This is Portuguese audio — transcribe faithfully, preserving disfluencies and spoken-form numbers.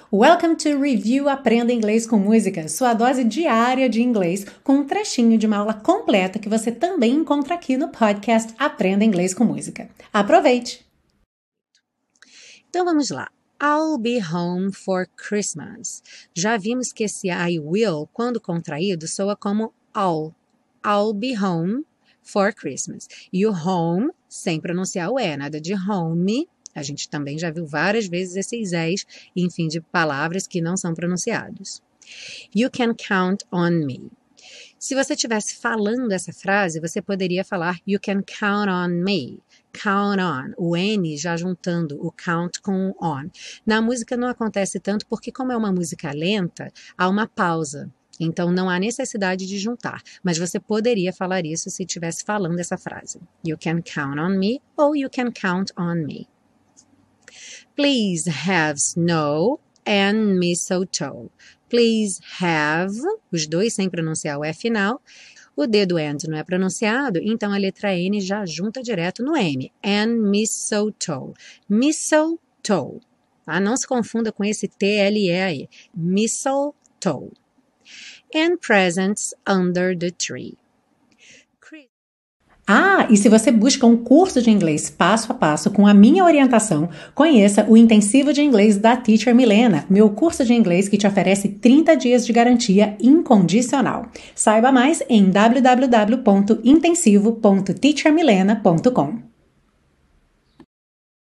Welcome to Review Aprenda Inglês com Música, sua dose diária de inglês, com um trechinho de uma aula completa que você também encontra aqui no podcast Aprenda Inglês com Música. Aproveite! Então vamos lá. I'll be home for Christmas. Já vimos que esse I will, quando contraído, soa como I'll. I'll be home for Christmas. E o home, sem pronunciar o E, nada de home. A gente também já viu várias vezes esses E's, enfim, de palavras que não são pronunciados. You can count on me. Se você estivesse falando essa frase, você poderia falar You can count on me. Count on. O N já juntando o count com o on. Na música não acontece tanto porque, como é uma música lenta, há uma pausa. Então, não há necessidade de juntar. Mas você poderia falar isso se estivesse falando essa frase. You can count on me ou You can count on me. Please have snow and mistletoe. Please have, os dois sem pronunciar o E final. O D do and não é pronunciado, então a letra N já junta direto no M. And mistletoe. Mistletoe. Tá? Não se confunda com esse T L E aí. Mistletoe. And presents under the tree. Ah, e se você busca um curso de inglês passo a passo com a minha orientação, conheça o Intensivo de Inglês da Teacher Milena, meu curso de inglês que te oferece trinta dias de garantia incondicional. Saiba mais em w w w ponto intensivo ponto teacher milena ponto com.